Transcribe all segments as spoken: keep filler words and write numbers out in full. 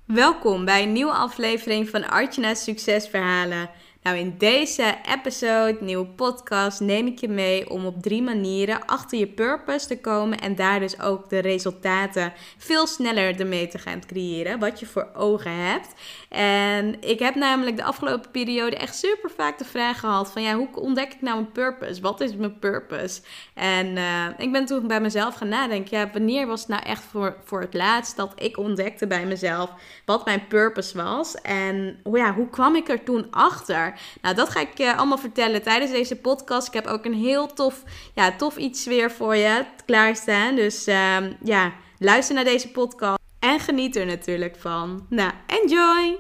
Welkom bij een nieuwe aflevering van Artjana's Succesverhalen. Nou, in deze episode, nieuwe podcast, neem ik je mee om op drie manieren achter je purpose te komen en daar dus ook de resultaten veel sneller ermee te gaan creëren, wat je voor ogen hebt. En ik heb namelijk de afgelopen periode echt super vaak de vraag gehad van ja, hoe ontdek ik nou mijn purpose? Wat is mijn purpose? En uh, ik ben toen bij mezelf gaan nadenken, ja, wanneer was het nou echt voor, voor het laatst dat ik ontdekte bij mezelf wat mijn purpose was? En ja, hoe kwam ik er toen achter? Nou, dat ga ik je allemaal vertellen tijdens deze podcast. Ik heb ook een heel tof, ja, tof iets weer voor je klaarstaan. Dus uh, ja, luister naar deze podcast en geniet er natuurlijk van. Nou, enjoy!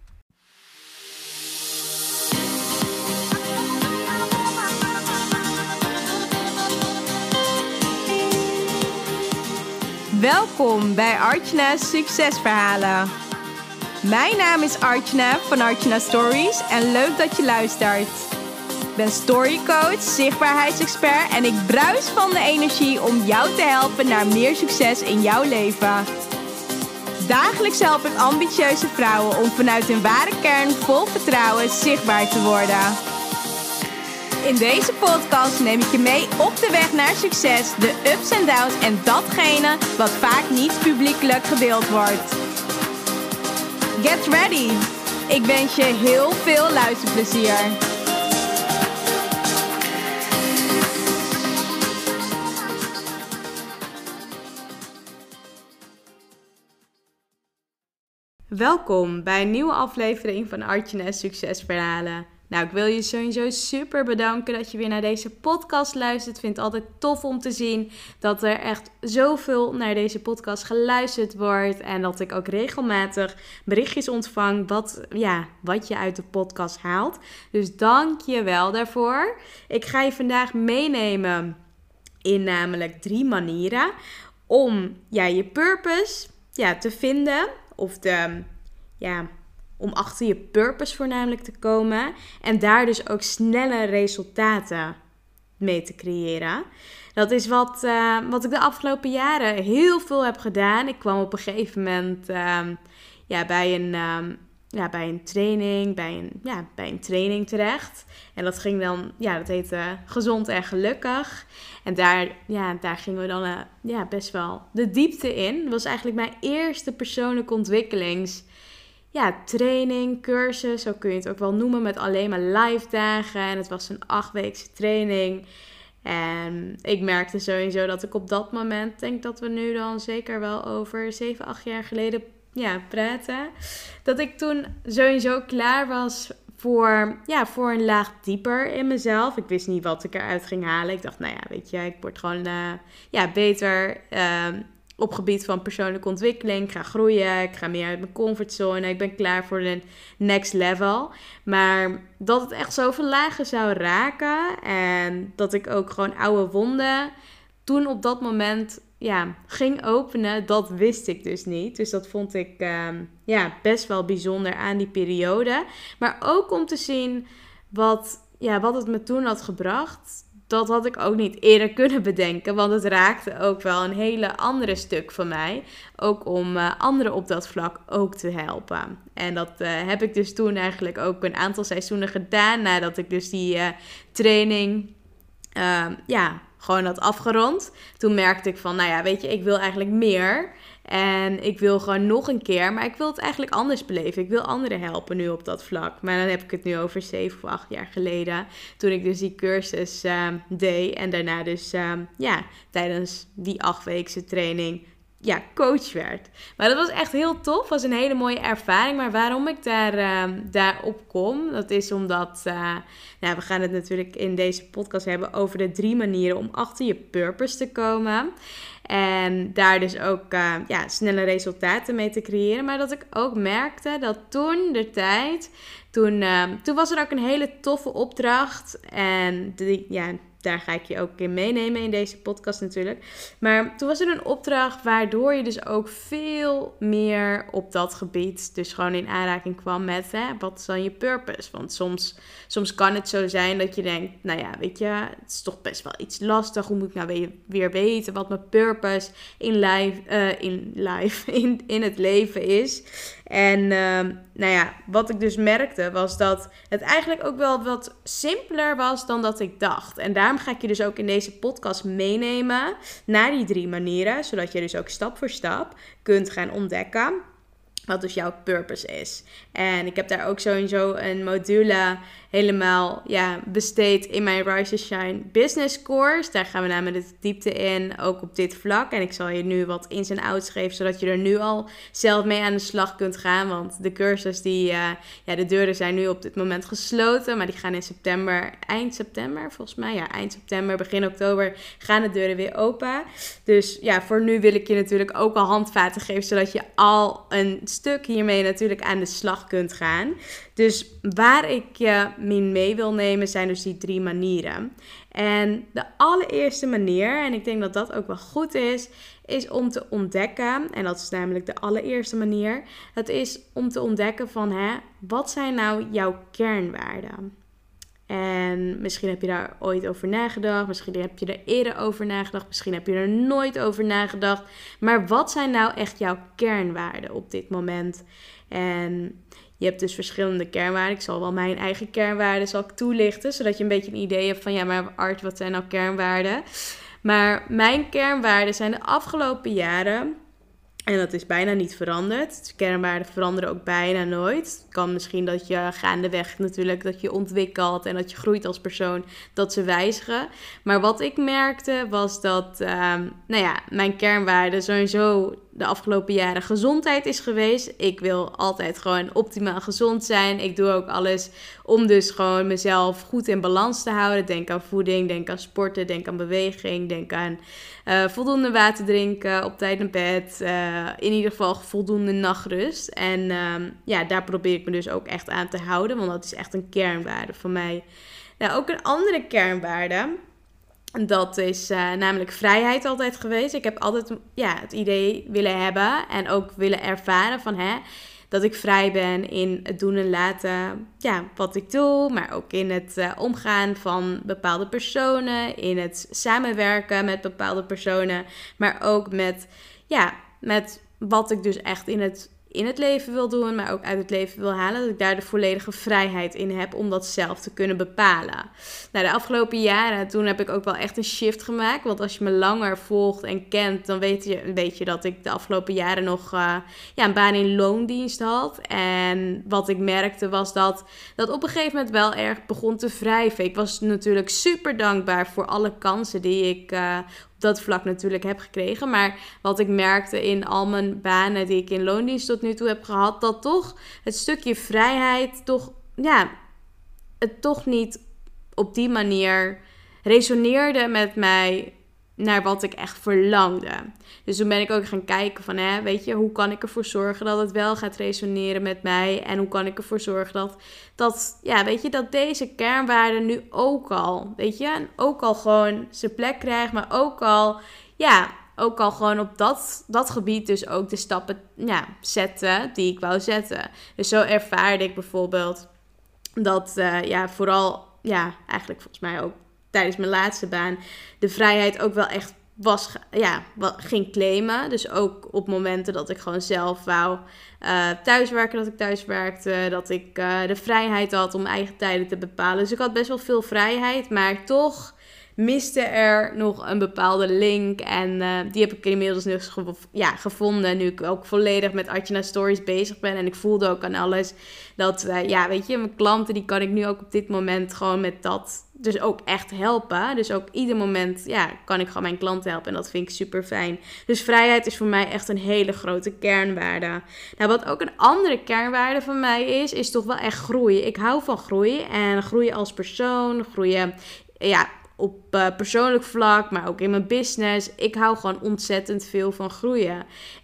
Welkom bij Artjana's Succesverhalen. Mijn naam is Artjana van Artjana Stories en leuk dat je luistert. Ik ben storycoach, zichtbaarheidsexpert en ik bruis van de energie om jou te helpen naar meer succes in jouw leven. Dagelijks help ik ambitieuze vrouwen om vanuit hun ware kern vol vertrouwen zichtbaar te worden. In deze podcast neem ik je mee op de weg naar succes, de ups en downs en datgene wat vaak niet publiekelijk gedeeld wordt. Get ready! Ik wens je heel veel luisterplezier. Welkom bij een nieuwe aflevering van Artjana's Succesverhalen. Nou, ik wil je sowieso super bedanken dat je weer naar deze podcast luistert. Ik vind het altijd tof om te zien dat er echt zoveel naar deze podcast geluisterd wordt. En dat ik ook regelmatig berichtjes ontvang wat, ja, wat je uit de podcast haalt. Dus dank je wel daarvoor. Ik ga je vandaag meenemen in namelijk drie manieren om ja, je purpose ja, te vinden. Of de... ja. Om achter je purpose voornamelijk te komen. En daar dus ook snelle resultaten mee te creëren. Dat is wat, uh, wat ik de afgelopen jaren heel veel heb gedaan. Ik kwam op een gegeven moment uh, ja, bij, een, uh, ja, bij een training, bij een, ja, bij een training terecht. En dat ging dan, ja, dat heette Gezond en Gelukkig. En daar, ja, daar gingen we dan uh, ja, best wel de diepte in. Dat was eigenlijk mijn eerste persoonlijke ontwikkelings Ja, training, cursus, zo kun je het ook wel noemen, met alleen maar live dagen. En het was een achtweekse training. En ik merkte sowieso dat ik op dat moment, denk dat we nu dan zeker wel over zeven, acht jaar geleden ja, praten. Dat ik toen sowieso klaar was voor, ja, voor een laag dieper in mezelf. Ik wist niet wat ik eruit ging halen. Ik dacht, nou ja, weet je, ik word gewoon uh, ja, beter uh, op gebied van persoonlijke ontwikkeling. Ik ga groeien, ik ga meer uit mijn comfortzone. Ik ben klaar voor de next level. Maar dat het echt zoveel lagen zou raken. En dat ik ook gewoon oude wonden toen op dat moment ja, ging openen. Dat wist ik dus niet. Dus dat vond ik uh, ja, best wel bijzonder aan die periode. Maar ook om te zien wat, ja, wat het me toen had gebracht. Dat had ik ook niet eerder kunnen bedenken, want het raakte ook wel een hele andere stuk van mij. Ook om uh, anderen op dat vlak ook te helpen. En dat uh, heb ik dus toen eigenlijk ook een aantal seizoenen gedaan, nadat ik dus die uh, training uh, ja, gewoon had afgerond. Toen merkte ik van, nou ja, weet je, ik wil eigenlijk meer. En ik wil gewoon nog een keer, maar ik wil het eigenlijk anders beleven. Ik wil anderen helpen nu op dat vlak. Maar dan heb ik het nu over zeven of acht jaar geleden. Toen ik dus die cursus uh, deed. En daarna dus uh, ja, tijdens die achtweekse training ja, coach werd. Maar dat was echt heel tof. Was een hele mooie ervaring. Maar waarom ik daar, uh, daarop kom, dat is omdat Uh, nou, we gaan het natuurlijk in deze podcast hebben over de drie manieren om achter je purpose te komen. En daar dus ook uh, ja, snelle resultaten mee te creëren. Maar dat ik ook merkte dat toen de tijd, toen, uh, toen was er ook een hele toffe opdracht. En die, ja, daar ga ik je ook in meenemen in deze podcast natuurlijk. Maar toen was er een opdracht waardoor je dus ook veel meer op dat gebied dus gewoon in aanraking kwam met hè, wat is dan je purpose? Want soms, soms kan het zo zijn dat je denkt, nou ja, weet je, het is toch best wel iets lastig. Hoe moet ik nou weer, weer weten wat mijn purpose in life, uh, in, life in, in het leven is? En uh, nou ja, wat ik dus merkte was dat het eigenlijk ook wel wat simpeler was dan dat ik dacht. En daarom ga ik je dus ook in deze podcast meenemen naar die drie manieren. Zodat je dus ook stap voor stap kunt gaan ontdekken wat dus jouw purpose is. En ik heb daar ook sowieso een module helemaal ja, besteed in mijn Rise to Shine Business Course. Daar gaan we namelijk de diepte in, ook op dit vlak. En ik zal je nu wat ins en outs geven, zodat je er nu al zelf mee aan de slag kunt gaan. Want de cursus, die, uh, ja, de deuren zijn nu op dit moment gesloten. Maar die gaan in september, eind september volgens mij. Ja, eind september, begin oktober gaan de deuren weer open. Dus ja, voor nu wil ik je natuurlijk ook al handvaten geven, zodat je al een stuk hiermee natuurlijk aan de slag kunt gaan. Dus waar ik je mee wil nemen zijn dus die drie manieren. En de allereerste manier, en ik denk dat dat ook wel goed is, is om te ontdekken, en dat is namelijk de allereerste manier, dat is om te ontdekken van, hè, wat zijn nou jouw kernwaarden? En misschien heb je daar ooit over nagedacht, misschien heb je er eerder over nagedacht, misschien heb je er nooit over nagedacht. Maar wat zijn nou echt jouw kernwaarden op dit moment? En je hebt dus verschillende kernwaarden. Ik zal wel mijn eigen kernwaarden zal ik toelichten, zodat je een beetje een idee hebt van, ja, maar Art, wat zijn nou kernwaarden? Maar mijn kernwaarden zijn de afgelopen jaren, en dat is bijna niet veranderd. Dus kernwaarden veranderen ook bijna nooit. Het kan misschien dat je gaandeweg natuurlijk, dat je ontwikkelt en dat je groeit als persoon, dat ze wijzigen. Maar wat ik merkte was dat, uh, nou ja, mijn kernwaarde sowieso de afgelopen jaren gezondheid is geweest. Ik wil altijd gewoon optimaal gezond zijn. Ik doe ook alles om dus gewoon mezelf goed in balans te houden. Denk aan voeding, denk aan sporten, denk aan beweging, denk aan uh, voldoende water drinken, op tijd naar bed. Uh, in ieder geval voldoende nachtrust. En uh, ja, daar probeer ik me dus ook echt aan te houden, want dat is echt een kernwaarde van mij. Nou, ook een andere kernwaarde, dat is uh, namelijk vrijheid altijd geweest. Ik heb altijd ja, het idee willen hebben en ook willen ervaren van, hè, dat ik vrij ben in het doen en laten, ja, wat ik doe. Maar ook in het uh, omgaan van bepaalde personen, in het samenwerken met bepaalde personen. Maar ook met, ja, met wat ik dus echt in het in het leven wil doen, maar ook uit het leven wil halen, dat ik daar de volledige vrijheid in heb om dat zelf te kunnen bepalen. Nou, de afgelopen jaren, toen heb ik ook wel echt een shift gemaakt, want als je me langer volgt en kent, dan weet je, weet je dat ik de afgelopen jaren nog uh, ja, een baan in loondienst had. En wat ik merkte was dat dat op een gegeven moment wel erg begon te wrijven. Ik was natuurlijk super dankbaar voor alle kansen die ik uh, op dat vlak natuurlijk heb gekregen. Maar wat ik merkte in al mijn banen die ik in loondienst tot nu toe heb gehad, dat toch het stukje vrijheid toch, ja, het toch niet op die manier resoneerde met mij naar wat ik echt verlangde. Dus toen ben ik ook gaan kijken van, hè, weet je, hoe kan ik ervoor zorgen dat het wel gaat resoneren met mij? En hoe kan ik ervoor zorgen dat, dat ja, weet je, dat deze kernwaarden nu ook al, weet je, ook al gewoon zijn plek krijgt, maar ook al, ja, ook al gewoon op dat, dat gebied dus ook de stappen, ja, zetten die ik wou zetten. Dus zo ervaarde ik bijvoorbeeld dat, uh, ja, vooral, ja, eigenlijk volgens mij ook tijdens mijn laatste baan, de vrijheid ook wel echt was, ja, ging claimen. Dus ook op momenten dat ik gewoon zelf wou uh, thuiswerken, dat ik thuis werkte, dat ik uh, de vrijheid had om eigen tijden te bepalen. Dus ik had best wel veel vrijheid, maar toch miste er nog een bepaalde link. En uh, die heb ik inmiddels nu gevo- ja, gevonden. Nu ik ook volledig met Artjana Stories bezig ben. En ik voelde ook aan alles dat, uh, ja, weet je, mijn klanten, die kan ik nu ook op dit moment gewoon met dat dus ook echt helpen. Dus ook ieder moment, ja, kan ik gewoon mijn klanten helpen. En dat vind ik super fijn. Dus vrijheid is voor mij echt een hele grote kernwaarde. Nou, wat ook een andere kernwaarde van mij is, is toch wel echt groeien. Ik hou van groei. En groeien als persoon, groeien, ja, op uh, persoonlijk vlak, maar ook in mijn business. Ik hou gewoon ontzettend veel van groeien.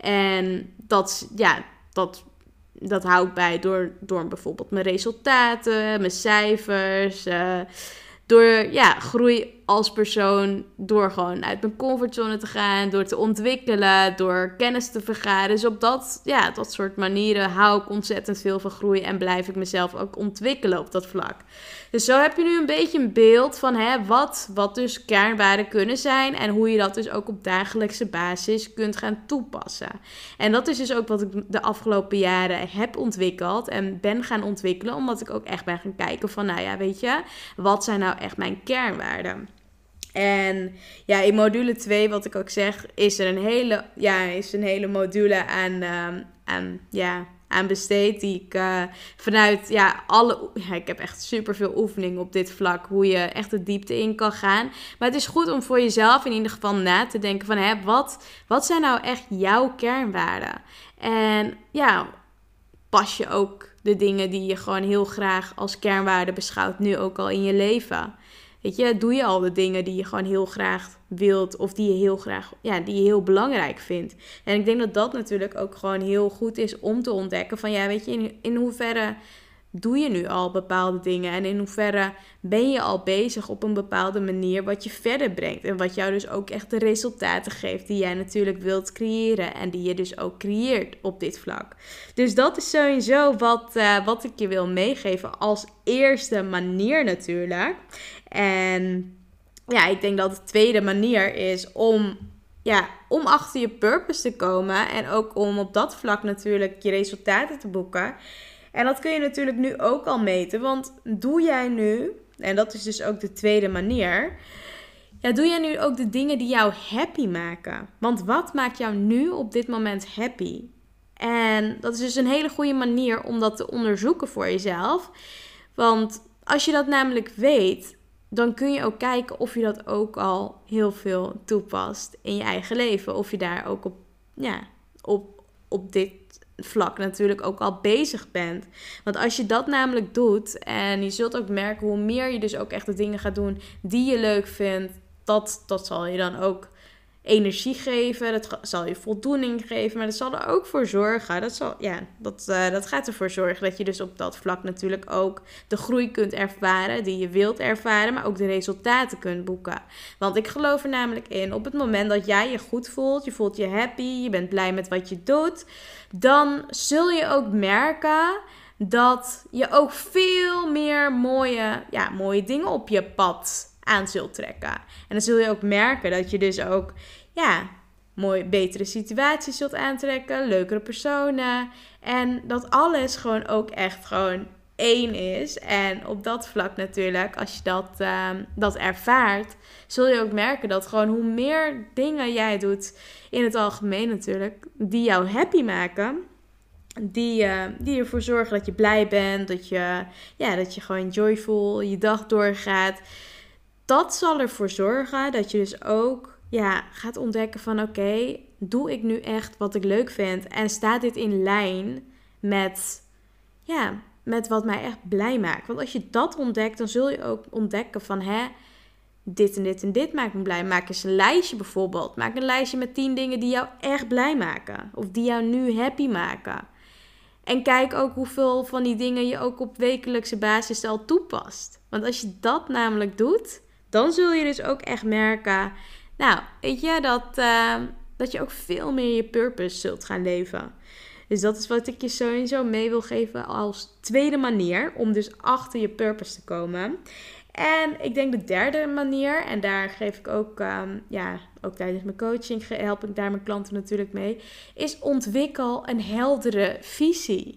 En dat, ja, dat, dat hou ik bij door, door bijvoorbeeld mijn resultaten, mijn cijfers, uh, door, ja, groei als persoon door gewoon uit mijn comfortzone te gaan, door te ontwikkelen, door kennis te vergaren. Dus op dat, ja, dat soort manieren hou ik ontzettend veel van groei en blijf ik mezelf ook ontwikkelen op dat vlak. Dus zo heb je nu een beetje een beeld van hè, wat, wat dus kernwaarden kunnen zijn en hoe je dat dus ook op dagelijkse basis kunt gaan toepassen. En dat is dus ook wat ik de afgelopen jaren heb ontwikkeld en ben gaan ontwikkelen, omdat ik ook echt ben gaan kijken van, nou ja, weet je, wat zijn nou echt mijn kernwaarden? En ja, in module twee, wat ik ook zeg, is er een hele, ja, is een hele module aan, um, aan, ja, aan besteed. Die ik uh, vanuit, ja, alle... Ja, ik heb echt superveel oefening op dit vlak. Hoe je echt de diepte in kan gaan. Maar het is goed om voor jezelf in ieder geval na te denken van, hè, wat, wat zijn nou echt jouw kernwaarden? En ja, pas je ook de dingen die je gewoon heel graag als kernwaarden beschouwt nu ook al in je leven? Weet je, doe je al de dingen die je gewoon heel graag wilt of die je heel graag, ja, die je heel belangrijk vindt. En ik denk dat dat natuurlijk ook gewoon heel goed is om te ontdekken van, ja, weet je, in, in hoeverre doe je nu al bepaalde dingen en in hoeverre ben je al bezig op een bepaalde manier wat je verder brengt en wat jou dus ook echt de resultaten geeft die jij natuurlijk wilt creëren en die je dus ook creëert op dit vlak. Dus dat is sowieso wat, uh, wat ik je wil meegeven als eerste manier natuurlijk. En ja, ik denk dat de tweede manier is om, ja, om achter je purpose te komen en ook om op dat vlak natuurlijk je resultaten te boeken. En dat kun je natuurlijk nu ook al meten, want doe jij nu, en dat is dus ook de tweede manier, ja, doe jij nu ook de dingen die jou happy maken? Want wat maakt jou nu op dit moment happy? En dat is dus een hele goede manier om dat te onderzoeken voor jezelf. Want als je dat namelijk weet, dan kun je ook kijken of je dat ook al heel veel toepast in je eigen leven. Of je daar ook op, ja, op, op dit vlak natuurlijk ook al bezig bent. Want als je dat namelijk doet en je zult ook merken hoe meer je dus ook echt de dingen gaat doen die je leuk vindt, dat, dat zal je dan ook energie geven, dat zal je voldoening geven, maar dat zal er ook voor zorgen, dat, zal, ja, dat, uh, dat gaat ervoor zorgen dat je dus op dat vlak natuurlijk ook de groei kunt ervaren die je wilt ervaren, maar ook de resultaten kunt boeken. Want ik geloof er namelijk in, op het moment dat jij je goed voelt, je voelt je happy, je bent blij met wat je doet, dan zul je ook merken dat je ook veel meer mooie, ja, mooie dingen op je pad aan zult trekken. En dan zul je ook merken dat je dus ook, ja, mooi betere situaties zult aantrekken, leukere personen. En dat alles gewoon ook echt gewoon één is. En op dat vlak natuurlijk, als je dat, uh, dat ervaart, zul je ook merken dat gewoon hoe meer dingen jij doet, in het algemeen natuurlijk, die jou happy maken, Die, uh, die ervoor zorgen dat je blij bent, dat je, ja, dat je gewoon joyful je dag doorgaat. Dat zal ervoor zorgen dat je dus ook, ja, gaat ontdekken van oké, okay, doe ik nu echt wat ik leuk vind? En staat dit in lijn met, ja, met wat mij echt blij maakt? Want als je dat ontdekt, dan zul je ook ontdekken van hè, dit en dit en dit maakt me blij. Maak eens een lijstje bijvoorbeeld. Maak een lijstje met tien dingen die jou echt blij maken. Of die jou nu happy maken. En kijk ook hoeveel van die dingen je ook op wekelijkse basis al toepast. Want als je dat namelijk doet, dan zul je dus ook echt merken, nou, weet je, dat, uh, dat je ook veel meer je purpose zult gaan leven. Dus dat is wat ik je sowieso mee wil geven als tweede manier om dus achter je purpose te komen. En ik denk de derde manier, en daar geef ik ook, um, ja, ook tijdens mijn coaching help ik daar mijn klanten natuurlijk mee, is ontwikkel een heldere visie.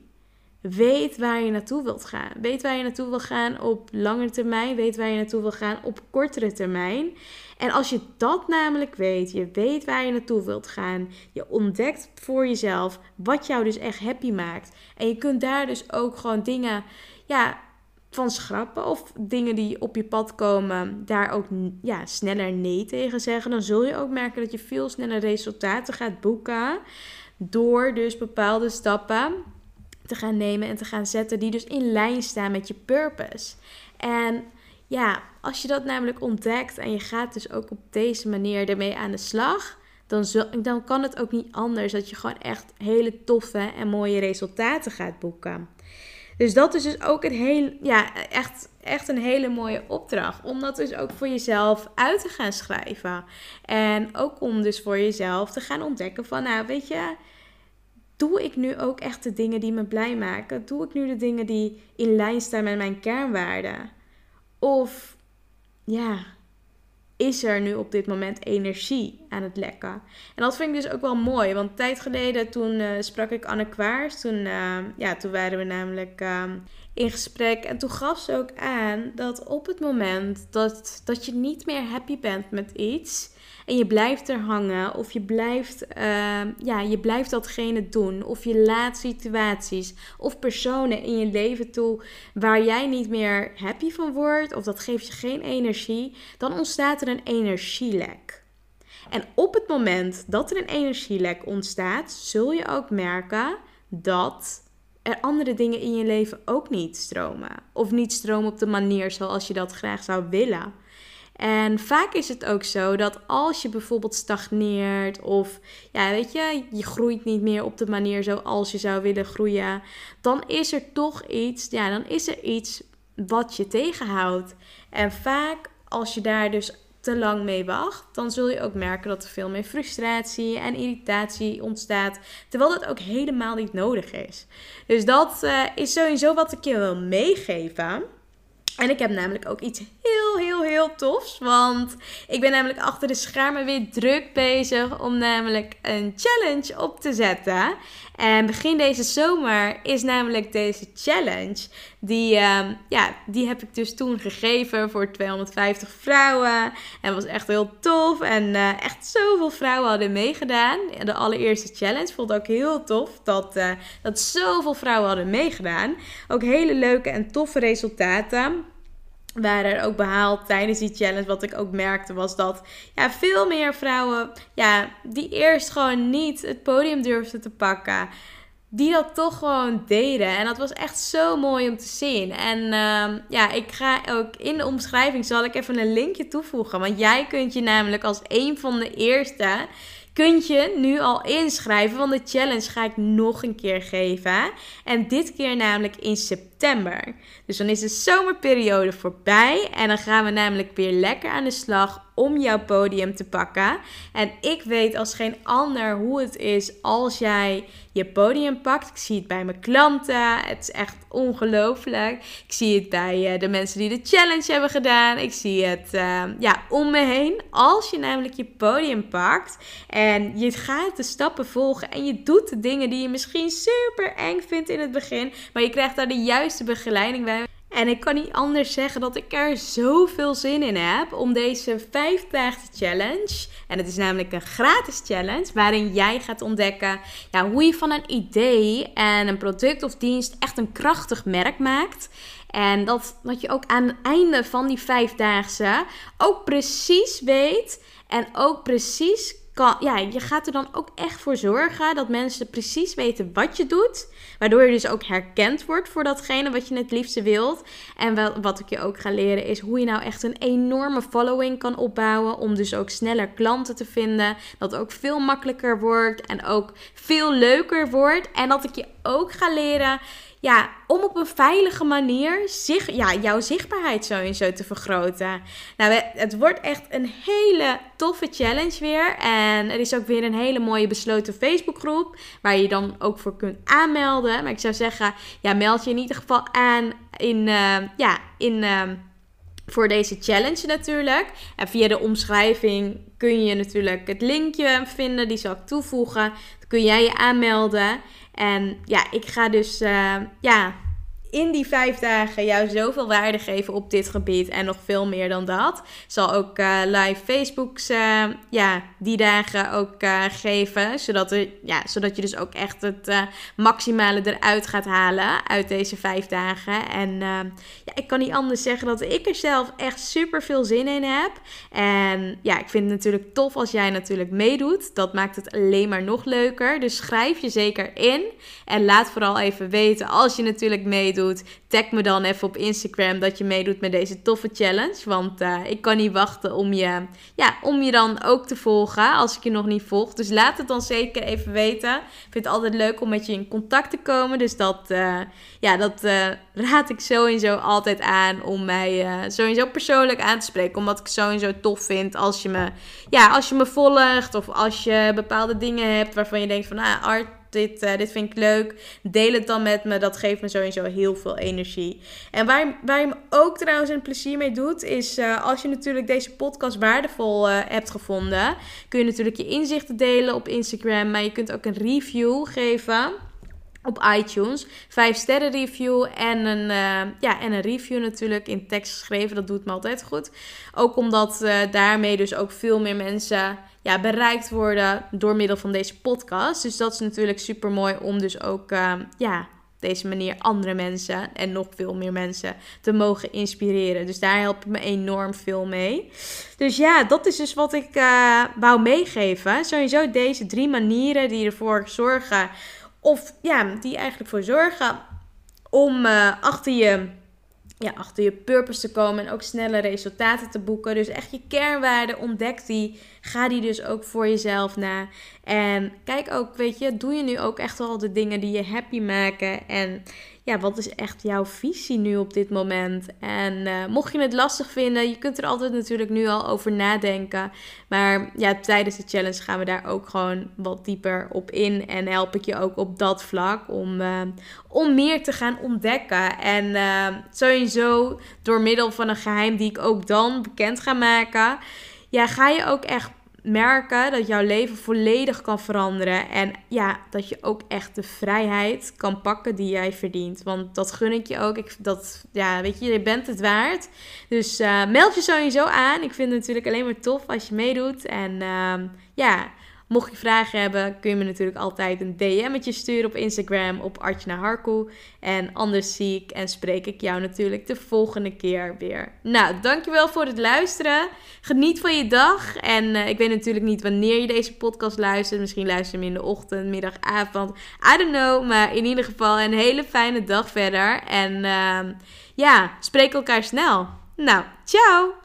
Weet waar je naartoe wilt gaan. Weet waar je naartoe wil gaan op langere termijn. Weet waar je naartoe wil gaan op kortere termijn. En als je dat namelijk weet, je weet waar je naartoe wilt gaan. Je ontdekt voor jezelf wat jou dus echt happy maakt. En je kunt daar dus ook gewoon dingen, ja, van schrappen of dingen die op je pad komen, daar ook, ja, sneller nee tegen zeggen. Dan zul je ook merken dat je veel sneller resultaten gaat boeken door dus bepaalde stappen te gaan nemen en te gaan zetten die dus in lijn staan met je purpose. En ja, als je dat namelijk ontdekt en je gaat dus ook op deze manier ermee aan de slag, dan, zul, dan kan het ook niet anders dat je gewoon echt hele toffe en mooie resultaten gaat boeken. Dus dat is dus ook een heel, ja, echt, echt een hele mooie opdracht. Om dat dus ook voor jezelf uit te gaan schrijven. En ook om dus voor jezelf te gaan ontdekken van, nou weet je, doe ik nu ook echt de dingen die me blij maken? Doe ik nu de dingen die in lijn staan met mijn kernwaarden? Of, ja, is er nu op dit moment energie aan het lekken? En dat vind ik dus ook wel mooi. Want een tijd geleden toen uh, sprak ik Anne Kwaars. Toen, uh, ja, toen waren we namelijk uh, in gesprek. En toen gaf ze ook aan dat op het moment dat, dat je niet meer happy bent met iets... en je blijft er hangen of je blijft, uh, ja, je blijft datgene doen... of je laat situaties of personen in je leven toe... waar jij niet meer happy van wordt of dat geeft je geen energie... dan ontstaat er een energielek. En op het moment dat er een energielek ontstaat... zul je ook merken dat er andere dingen in je leven ook niet stromen. Of niet stromen op de manier zoals je dat graag zou willen... En vaak is het ook zo dat als je bijvoorbeeld stagneert of ja, weet je, je groeit niet meer op de manier zoals je zou willen groeien, dan is er toch iets, ja, dan is er iets wat je tegenhoudt. En vaak als je daar dus te lang mee wacht, dan zul je ook merken dat er veel meer frustratie en irritatie ontstaat, terwijl dat ook helemaal niet nodig is. Dus dat uh, is sowieso wat ik je wil meegeven. En ik heb namelijk ook iets heel, heel, heel tofs. Want ik ben namelijk achter de schermen weer druk bezig om namelijk een challenge op te zetten. En begin deze zomer is namelijk deze challenge. Die, uh, ja, die heb ik dus toen gegeven voor tweehonderdvijftig vrouwen. En dat was echt heel tof. En uh, echt zoveel vrouwen hadden meegedaan. De allereerste challenge vond ik ook heel tof. Dat, uh, dat zoveel vrouwen hadden meegedaan. Ook hele leuke en toffe resultaten waren er ook behaald tijdens die challenge. Wat ik ook merkte was dat ja, veel meer vrouwen ja, die eerst gewoon niet het podium durfden te pakken, die dat toch gewoon deden. En dat was echt zo mooi om te zien. En uh, ja, ik ga ook in de omschrijving zal ik even een linkje toevoegen. Want jij kunt je namelijk als een van de eerste kunt je nu al inschrijven, want de challenge ga ik nog een keer geven. En dit keer namelijk in september. Dus dan is de zomerperiode voorbij. En dan gaan we namelijk weer lekker aan de slag om jouw podium te pakken. En ik weet als geen ander hoe het is als jij je podium pakt. Ik zie het bij mijn klanten. Het is echt ongelooflijk. Ik zie het bij uh, de mensen die de challenge hebben gedaan. Ik zie het uh, ja, om me heen. Als je namelijk je podium pakt en je gaat de stappen volgen en je doet de dingen die je misschien super eng vindt in het begin, maar je krijgt daar de juiste begeleiding bij. En ik kan niet anders zeggen dat ik er zoveel zin in heb om deze vijfdaagse challenge, en het is namelijk een gratis challenge, waarin jij gaat ontdekken ja, hoe je van een idee en een product of dienst echt een krachtig merk maakt. En dat, dat je ook aan het einde van die vijfdaagse ook precies weet en ook precies kan, ja, je gaat er dan ook echt voor zorgen dat mensen precies weten wat je doet. Waardoor je dus ook herkend wordt voor datgene wat je het liefste wilt. En wel, wat ik je ook ga leren is hoe je nou echt een enorme following kan opbouwen. Om dus ook sneller klanten te vinden. Dat het ook veel makkelijker wordt en ook veel leuker wordt. En dat ik je ook ga leren ja, om op een veilige manier zich, ja, jouw zichtbaarheid zo en zo te vergroten. Nou, het wordt echt een hele toffe challenge weer. En er is ook weer een hele mooie besloten Facebookgroep waar je je dan ook voor kunt aanmelden. Maar ik zou zeggen, ja, meld je in ieder geval aan in, uh, ja, in, uh, voor deze challenge natuurlijk. En via de omschrijving kun je natuurlijk het linkje vinden. Die zal ik toevoegen. Dan kun jij je aanmelden. En ja, ik ga dus uh, ja, in die vijf dagen jou zoveel waarde geven op dit gebied. En nog veel meer dan dat. Ik zal ook uh, live Facebooks uh, ja, die dagen ook uh, geven. Zodat, er, ja, zodat je dus ook echt het uh, maximale eruit gaat halen uit deze vijf dagen. En uh, ja, ik kan niet anders zeggen dat ik er zelf echt super veel zin in heb. En ja, ik vind het natuurlijk tof als jij natuurlijk meedoet. Dat maakt het alleen maar nog leuker. Dus schrijf je zeker in. En laat vooral even weten als je natuurlijk meedoet doet, tag me dan even op Instagram dat je meedoet met deze toffe challenge. Want uh, ik kan niet wachten om je, ja, om je dan ook te volgen als ik je nog niet volg. Dus laat het dan zeker even weten. Ik vind het altijd leuk om met je in contact te komen. Dus dat, uh, ja, dat uh, raad ik sowieso altijd aan om mij uh, sowieso persoonlijk aan te spreken. Omdat ik het sowieso tof vind als je me, ja, als je me volgt of als je bepaalde dingen hebt waarvan je denkt van, ah, Art, Dit, uh, dit vind ik leuk. Deel het dan met me. Dat geeft me sowieso heel veel energie. En waar, waar je me ook trouwens een plezier mee doet, is uh, als je natuurlijk deze podcast waardevol uh, hebt gevonden, kun je natuurlijk je inzichten delen op Instagram. Maar je kunt ook een review geven op iTunes. Vijf sterren review en een, uh, ja, en een review natuurlijk in tekst geschreven. Dat doet me altijd goed. Ook omdat uh, daarmee dus ook veel meer mensen ja, bereikt worden door middel van deze podcast. Dus dat is natuurlijk super mooi om dus ook uh, ja, op deze manier andere mensen en nog veel meer mensen te mogen inspireren. Dus daar help je me enorm veel mee. Dus ja, dat is dus wat ik uh, wou meegeven. Sowieso deze drie manieren die ervoor zorgen, of ja, die eigenlijk voor zorgen om uh, achter je, ja, achter je purpose te komen en ook snelle resultaten te boeken. Dus echt je kernwaarden, ontdek die. Ga die dus ook voor jezelf na. En kijk ook, weet je, doe je nu ook echt wel de dingen die je happy maken? En ja, wat is echt jouw visie nu op dit moment? En uh, mocht je het lastig vinden, je kunt er altijd natuurlijk nu al over nadenken. Maar ja, tijdens de challenge gaan we daar ook gewoon wat dieper op in. En help ik je ook op dat vlak om, uh, om meer te gaan ontdekken. En uh, sowieso door middel van een geheim die ik ook dan bekend ga maken, ja, ga je ook echt merken dat jouw leven volledig kan veranderen. En ja, dat je ook echt de vrijheid kan pakken die jij verdient. Want dat gun ik je ook. Ik, dat, ja, weet je, je bent het waard. Dus uh, meld je sowieso aan. Ik vind het natuurlijk alleen maar tof als je meedoet. En uh, ja, mocht je vragen hebben, kun je me natuurlijk altijd een D M'tje sturen op Instagram op Artjana Harku. En anders zie ik en spreek ik jou natuurlijk de volgende keer weer. Nou, dankjewel voor het luisteren. Geniet van je dag. En uh, ik weet natuurlijk niet wanneer je deze podcast luistert. Misschien luister je hem in de ochtend, middag, avond. I don't know. Maar in ieder geval een hele fijne dag verder. En uh, ja, spreek elkaar snel. Nou, ciao!